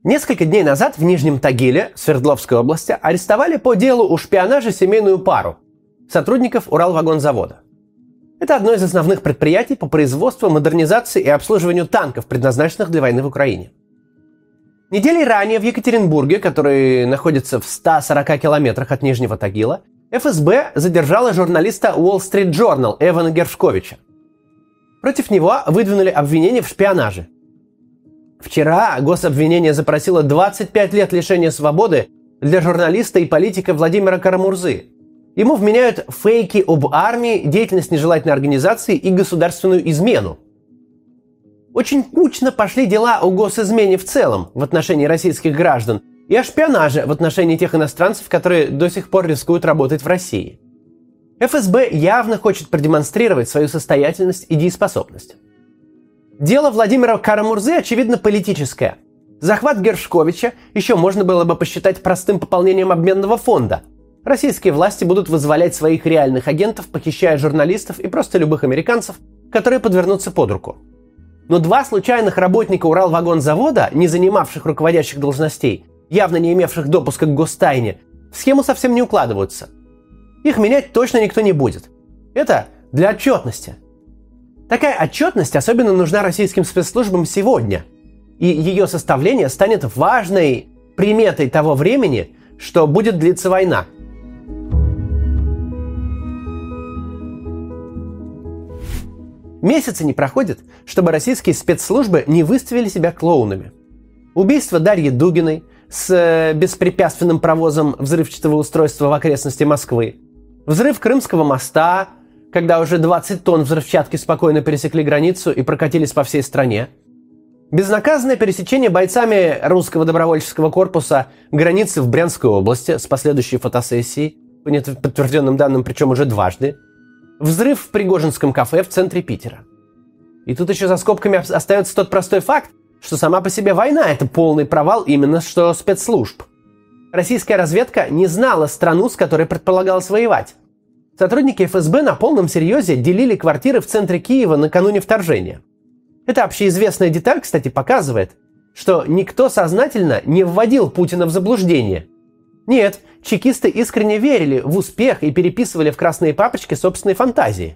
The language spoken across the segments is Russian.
Несколько дней назад в Нижнем Тагиле, Свердловской области, арестовали по делу о шпионаже семейную пару сотрудников Уралвагонзавода. Это одно из основных предприятий по производству, модернизации и обслуживанию танков, предназначенных для войны в Украине. Недели ранее в Екатеринбурге, который находится в 140 километрах от Нижнего Тагила, ФСБ задержала журналиста Wall Street Journal Эвана Гершковича. Против него выдвинули обвинение в шпионаже. Вчера гособвинение запросило 25 лет лишения свободы для журналиста и политика Владимира Карамурзы. Ему вменяют фейки об армии, деятельность нежелательной организации и государственную измену. Очень кучно пошли дела о госизмене в целом в отношении российских граждан и о шпионаже в отношении тех иностранцев, которые до сих пор рискуют работать в России. ФСБ явно хочет продемонстрировать свою состоятельность и дееспособность. Дело Владимира Карамурзы, очевидно, политическое. Захват Гершковича еще можно было бы посчитать простым пополнением обменного фонда. Российские власти будут вызволять своих реальных агентов, похищая журналистов и просто любых американцев, которые подвернутся под руку. Но два случайных работника Уралвагонзавода, не занимавших руководящих должностей, явно не имевших допуска к гостайне, в схему совсем не укладываются. Их менять точно никто не будет. Это для отчетности. Такая отчетность особенно нужна российским спецслужбам сегодня, и ее составление станет важной приметой того времени, что будет длиться война. Месяца не проходит, чтобы российские спецслужбы не выставили себя клоунами. Убийство Дарьи Дугиной с беспрепятственным провозом взрывчатого устройства в окрестности Москвы, взрыв Крымского моста, когда уже 20 тонн взрывчатки спокойно пересекли границу и прокатились по всей стране, безнаказанное пересечение бойцами русского добровольческого корпуса границы в Брянской области с последующей фотосессией, по подтвержденным данным, причем уже дважды, взрыв в Пригожинском кафе в центре Питера. И тут еще за скобками остается тот простой факт, что сама по себе война – это полный провал именно что спецслужб. Российская разведка не знала страну, с которой предполагалось воевать. Сотрудники ФСБ на полном серьезе делили квартиры в центре Киева накануне вторжения. Эта общеизвестная деталь, кстати, показывает, что никто сознательно не вводил Путина в заблуждение. Нет, чекисты искренне верили в успех и переписывали в красные папочки собственные фантазии.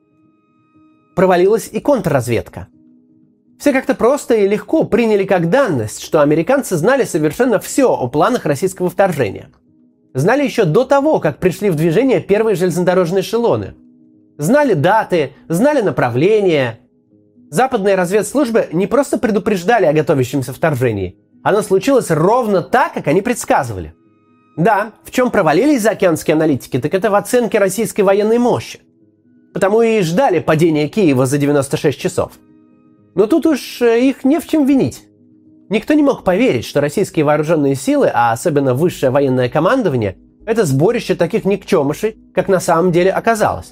Провалилась и контрразведка. Все как-то просто и легко приняли как данность, что американцы знали совершенно все о планах российского вторжения. Знали еще до того, как пришли в движение первые железнодорожные эшелоны. Знали даты, знали направления. Западные разведслужбы не просто предупреждали о готовящемся вторжении. Оно случилось ровно так, как они предсказывали. Да, в чем провалились заокеанские аналитики, так это в оценке российской военной мощи. Потому и ждали падения Киева за 96 часов. Но тут уж их не в чем винить. Никто не мог поверить, что российские вооруженные силы, а особенно высшее военное командование, это сборище таких никчемышей, как на самом деле оказалось.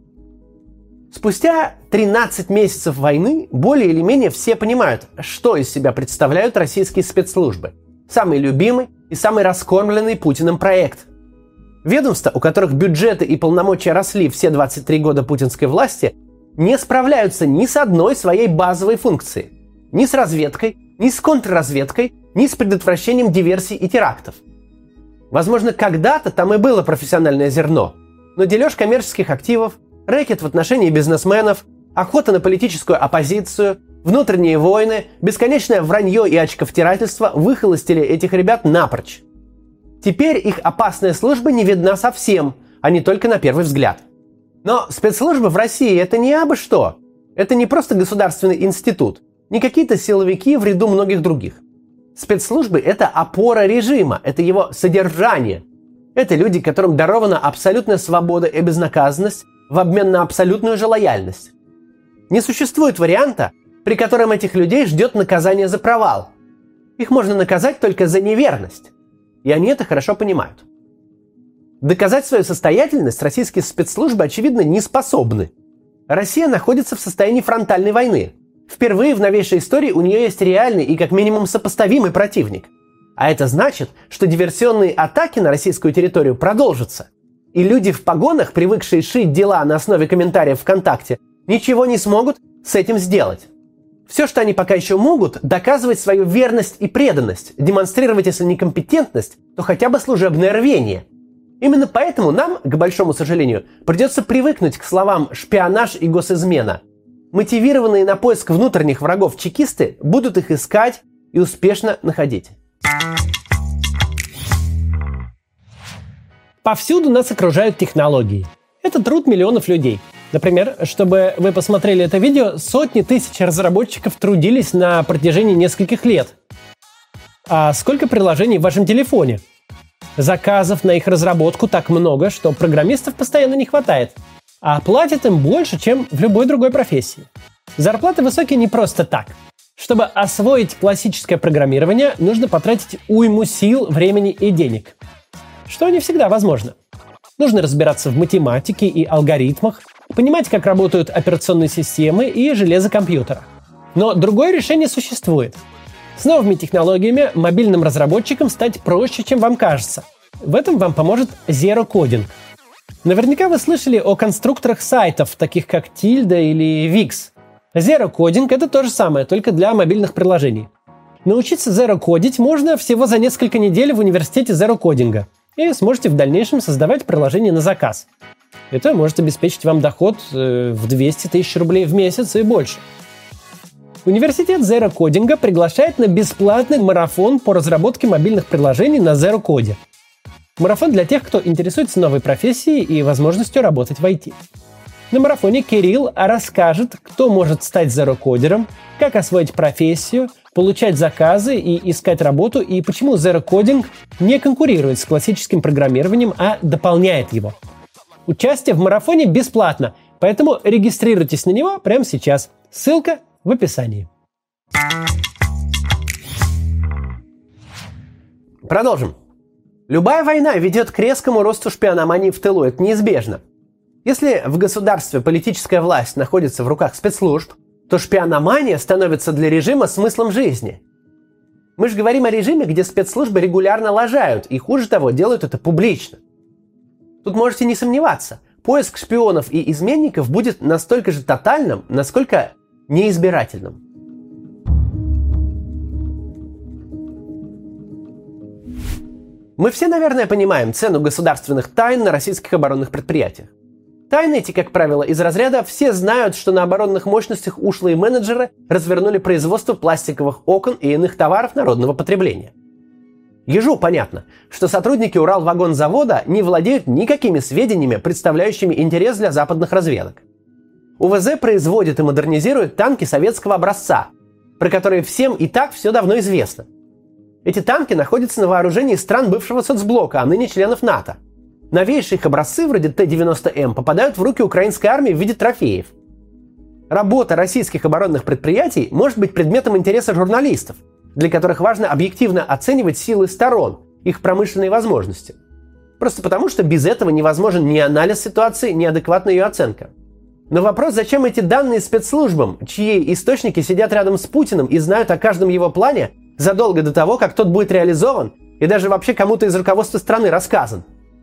Спустя 13 месяцев войны более или менее все понимают, что из себя представляют российские спецслужбы. Самый любимый и самый раскормленный Путиным проект. Ведомства, у которых бюджеты и полномочия росли все 23 года путинской власти, не справляются ни с одной своей базовой функцией. Ни с разведкой, ни с контрразведкой, ни с предотвращением диверсий и терактов. Возможно, когда-то там и было профессиональное зерно, но дележ коммерческих активов, рэкет в отношении бизнесменов, охота на политическую оппозицию, внутренние войны, бесконечное вранье и очковтирательство выхолостили этих ребят напрочь. Теперь их опасная служба не видна совсем, а не только на первый взгляд. Но спецслужбы в России – это не абы что. Это не просто государственный институт, не какие-то силовики в ряду многих других. Спецслужбы – это опора режима, это его содержание. Это люди, которым дарована абсолютная свобода и безнаказанность в обмен на абсолютную же лояльность. Не существует варианта, при котором этих людей ждет наказание за провал. Их можно наказать только за неверность. И они это хорошо понимают. Доказать свою состоятельность российские спецслужбы, очевидно, не способны. Россия находится в состоянии фронтальной войны. Впервые в новейшей истории у нее есть реальный и как минимум сопоставимый противник. А это значит, что диверсионные атаки на российскую территорию продолжатся. И люди в погонах, привыкшие шить дела на основе комментариев ВКонтакте, ничего не смогут с этим сделать. Все, что они пока еще могут, доказывать свою верность и преданность, демонстрировать, если не компетентность, то хотя бы служебное рвение. Именно поэтому нам, к большому сожалению, придется привыкнуть к словам «шпионаж» и «госизмена». Мотивированные на поиск внутренних врагов чекисты будут их искать и успешно находить. Повсюду нас окружают технологии. Это труд миллионов людей. Например, чтобы вы посмотрели это видео, сотни тысяч разработчиков трудились на протяжении нескольких лет. А сколько приложений в вашем телефоне? Заказов на их разработку так много, что программистов постоянно не хватает. А платят им больше, чем в любой другой профессии. Зарплаты высокие не просто так. Чтобы освоить классическое программирование, нужно потратить уйму сил, времени и денег. Что не всегда возможно. Нужно разбираться в математике и алгоритмах, понимать, как работают операционные системы и железо компьютера. Но другое решение существует. С новыми технологиями мобильным разработчикам стать проще, чем вам кажется. В этом вам поможет Zero Coding. Наверняка вы слышали о конструкторах сайтов, таких как Tilda или Wix. Zero Coding — это то же самое, только для мобильных приложений. Научиться Zero Codить можно всего за несколько недель в университете Zero Coding, и сможете в дальнейшем создавать приложения на заказ. Это может обеспечить вам доход в 200 тысяч рублей в месяц и больше. Университет Zero Coding приглашает на бесплатный марафон по разработке мобильных приложений на Zero Code. Марафон для тех, кто интересуется новой профессией и возможностью работать в IT. На марафоне Кирилл расскажет, кто может стать Zero-кодером, как освоить профессию, получать заказы и искать работу, и почему Zero Coding не конкурирует с классическим программированием, а дополняет его. Участие в марафоне бесплатно, поэтому регистрируйтесь на него прямо сейчас. Ссылка в описании. Продолжим. Любая война ведет к резкому росту шпиономании в тылу, это неизбежно. Если в государстве политическая власть находится в руках спецслужб, то шпиономания становится для режима смыслом жизни. Мы же говорим о режиме, где спецслужбы регулярно лажают, и хуже того, делают это публично. Тут можете не сомневаться, поиск шпионов и изменников будет настолько же тотальным, насколько неизбирательным. Мы все, наверное, понимаем цену государственных тайн на российских оборонных предприятиях. Тайны эти, как правило, из разряда «все знают, что на оборонных мощностях ушлые менеджеры развернули производство пластиковых окон и иных товаров народного потребления». Ежу понятно, что сотрудники Уралвагонзавода не владеют никакими сведениями, представляющими интерес для западных разведок. УВЗ производит и модернизирует танки советского образца, про которые всем и так все давно известно. Эти танки находятся на вооружении стран бывшего соцблока, а ныне членов НАТО. Новейшие их образцы, вроде Т-90М, попадают в руки украинской армии в виде трофеев. Работа российских оборонных предприятий может быть предметом интереса журналистов, для которых важно объективно оценивать силы сторон, их промышленные возможности. Просто потому, что без этого невозможен ни анализ ситуации, ни адекватная ее оценка. Но вопрос, зачем эти данные спецслужбам, чьи источники сидят рядом с Путиным и знают о каждом его плане задолго до того, как тот будет реализован и даже вообще кому-то из руководства страны рассказан?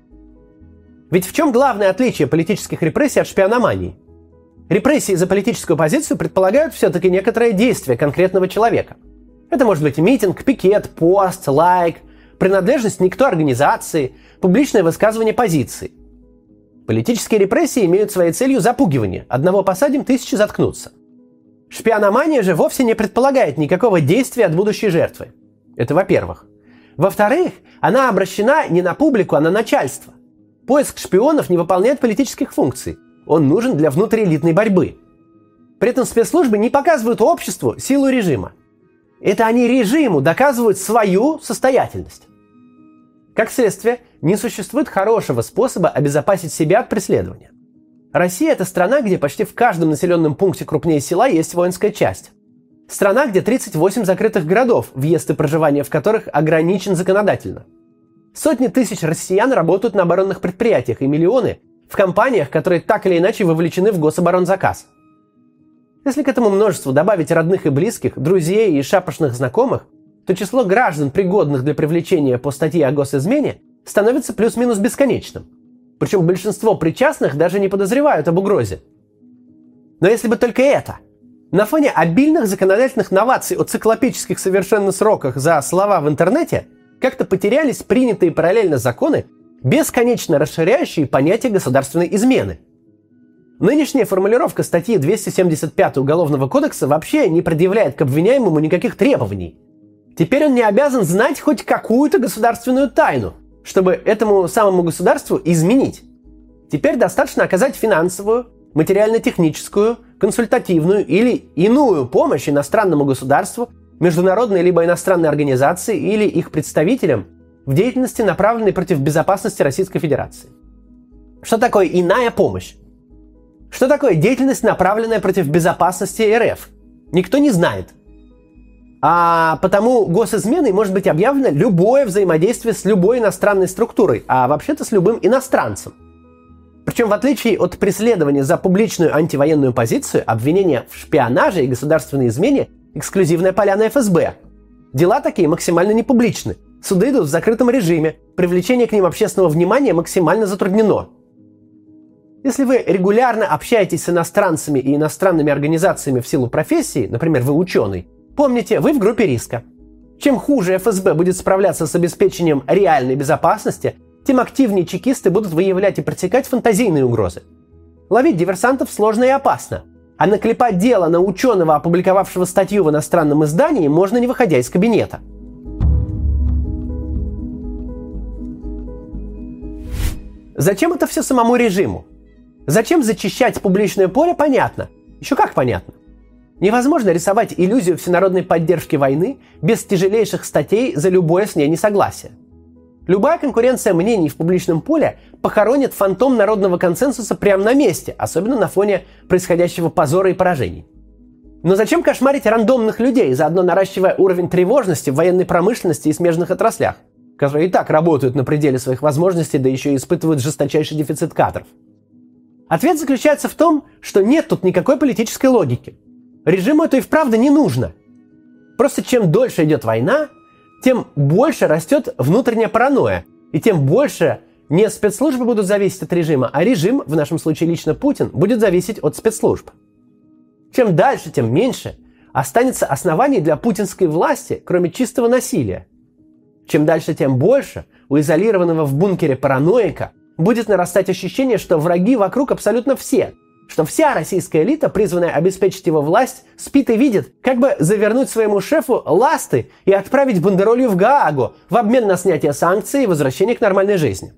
Ведь в чем главное отличие политических репрессий от шпиономании? Репрессии за политическую позицию предполагают все-таки некоторое действие конкретного человека. Это может быть митинг, пикет, пост, лайк, принадлежность не к той организации, публичное высказывание позиции. Политические репрессии имеют своей целью запугивание. Одного посадим, тысячи заткнутся. Шпиономания же вовсе не предполагает никакого действия от будущей жертвы. Это во-первых. Во-вторых, она обращена не на публику, а на начальство. Поиск шпионов не выполняет политических функций. Он нужен для внутриэлитной борьбы. При этом спецслужбы не показывают обществу силу режима. Это они режиму доказывают свою состоятельность. Как следствие, не существует хорошего способа обезопасить себя от преследования. Россия – это страна, где почти в каждом населенном пункте крупнее села есть воинская часть. Страна, где 38 закрытых городов, въезд и проживание в которых ограничен законодательно. Сотни тысяч россиян работают на оборонных предприятиях и миллионы в компаниях, которые так или иначе вовлечены в гособоронзаказ. Если к этому множеству добавить родных и близких, друзей и шапошных знакомых, то число граждан, пригодных для привлечения по статье о госизмене, становится плюс-минус бесконечным. Причем большинство причастных даже не подозревают об угрозе. Но если бы только это. На фоне обильных законодательных новаций о циклопических совершенно сроках за слова в интернете как-то потерялись принятые параллельно законы, бесконечно расширяющие понятие государственной измены. Нынешняя формулировка статьи 275 Уголовного кодекса вообще не предъявляет к обвиняемому никаких требований. Теперь он не обязан знать хоть какую-то государственную тайну, чтобы этому самому государству изменить. Теперь достаточно оказать финансовую, материально-техническую, консультативную или иную помощь иностранному государству, международной либо иностранной организации или их представителям в деятельности, направленной против безопасности Российской Федерации. Что такое иная помощь? Что такое деятельность, направленная против безопасности РФ? Никто не знает. А потому госизменой может быть объявлено любое взаимодействие с любой иностранной структурой, а вообще-то с любым иностранцем. Причем, в отличие от преследования за публичную антивоенную позицию, обвинения в шпионаже и государственной измене – эксклюзивная поляна ФСБ. Дела такие максимально непубличны. Суды идут в закрытом режиме, привлечение к ним общественного внимания максимально затруднено. Если вы регулярно общаетесь с иностранцами и иностранными организациями в силу профессии, например, вы ученый, помните, вы в группе риска. Чем хуже ФСБ будет справляться с обеспечением реальной безопасности, тем активнее чекисты будут выявлять и пресекать фантазийные угрозы. Ловить диверсантов сложно и опасно, а наклепать дело на ученого, опубликовавшего статью в иностранном издании, можно не выходя из кабинета. Зачем это все самому режиму? Зачем зачищать публичное поле, понятно. Еще как понятно. Невозможно рисовать иллюзию всенародной поддержки войны без тяжелейших статей за любое с ней несогласие. Любая конкуренция мнений в публичном поле похоронит фантом народного консенсуса прямо на месте, особенно на фоне происходящего позора и поражений. Но зачем кошмарить рандомных людей, заодно наращивая уровень тревожности в военной промышленности и смежных отраслях, которые и так работают на пределе своих возможностей, да еще и испытывают жесточайший дефицит кадров? Ответ заключается в том, что нет тут никакой политической логики. Режиму это и вправду не нужно. Просто чем дольше идет война, тем больше растет внутренняя паранойя, и тем больше не спецслужбы будут зависеть от режима, а режим, в нашем случае лично Путин, будет зависеть от спецслужб. Чем дальше, тем меньше останется оснований для путинской власти, кроме чистого насилия. Чем дальше, тем больше у изолированного в бункере параноика будет нарастать ощущение, что враги вокруг абсолютно все, что вся российская элита, призванная обеспечить его власть, спит и видит, как бы завернуть своему шефу ласты и отправить бандеролью в Гаагу в обмен на снятие санкций и возвращение к нормальной жизни.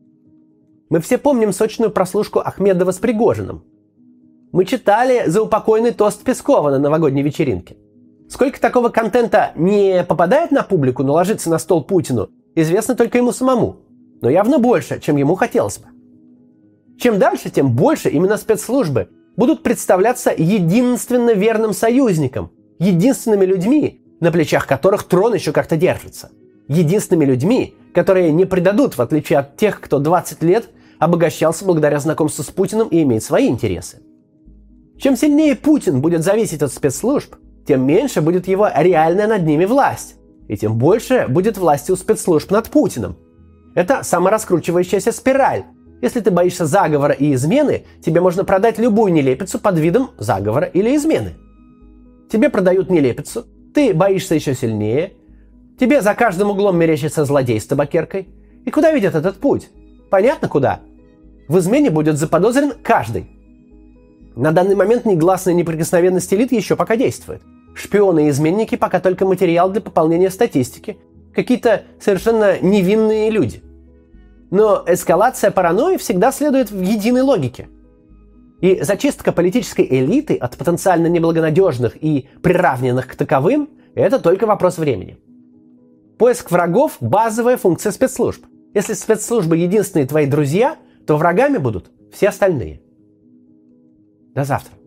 Мы все помним сочную прослушку Ахмедова с Пригожиным. Мы читали заупокойный тост Пескова на новогодней вечеринке. Сколько такого контента не попадает на публику, но ложится на стол Путину, известно только ему самому. Но явно больше, чем ему хотелось бы. Чем дальше, тем больше именно спецслужбы будут представляться единственно верным союзником, единственными людьми, на плечах которых трон еще как-то держится. Единственными людьми, которые не предадут, в отличие от тех, кто 20 лет обогащался благодаря знакомству с Путиным и имеет свои интересы. Чем сильнее Путин будет зависеть от спецслужб, тем меньше будет его реальная над ними власть, и тем больше будет власти у спецслужб над Путиным. Это самораскручивающаяся спираль. Если ты боишься заговора и измены, тебе можно продать любую нелепицу под видом заговора или измены. Тебе продают нелепицу, ты боишься еще сильнее, тебе за каждым углом мерещится злодей с табакеркой. И куда ведет этот путь? Понятно куда. В измене будет заподозрен каждый. На данный момент негласная неприкосновенность элит еще пока действует. Шпионы и изменники пока только материал для пополнения статистики. Какие-то совершенно невинные люди. Но эскалация паранойи всегда следует в единой логике. И зачистка политической элиты от потенциально неблагонадежных и приравненных к таковым – это только вопрос времени. Поиск врагов – базовая функция спецслужб. Если спецслужбы единственные твои друзья, то врагами будут все остальные. До завтра.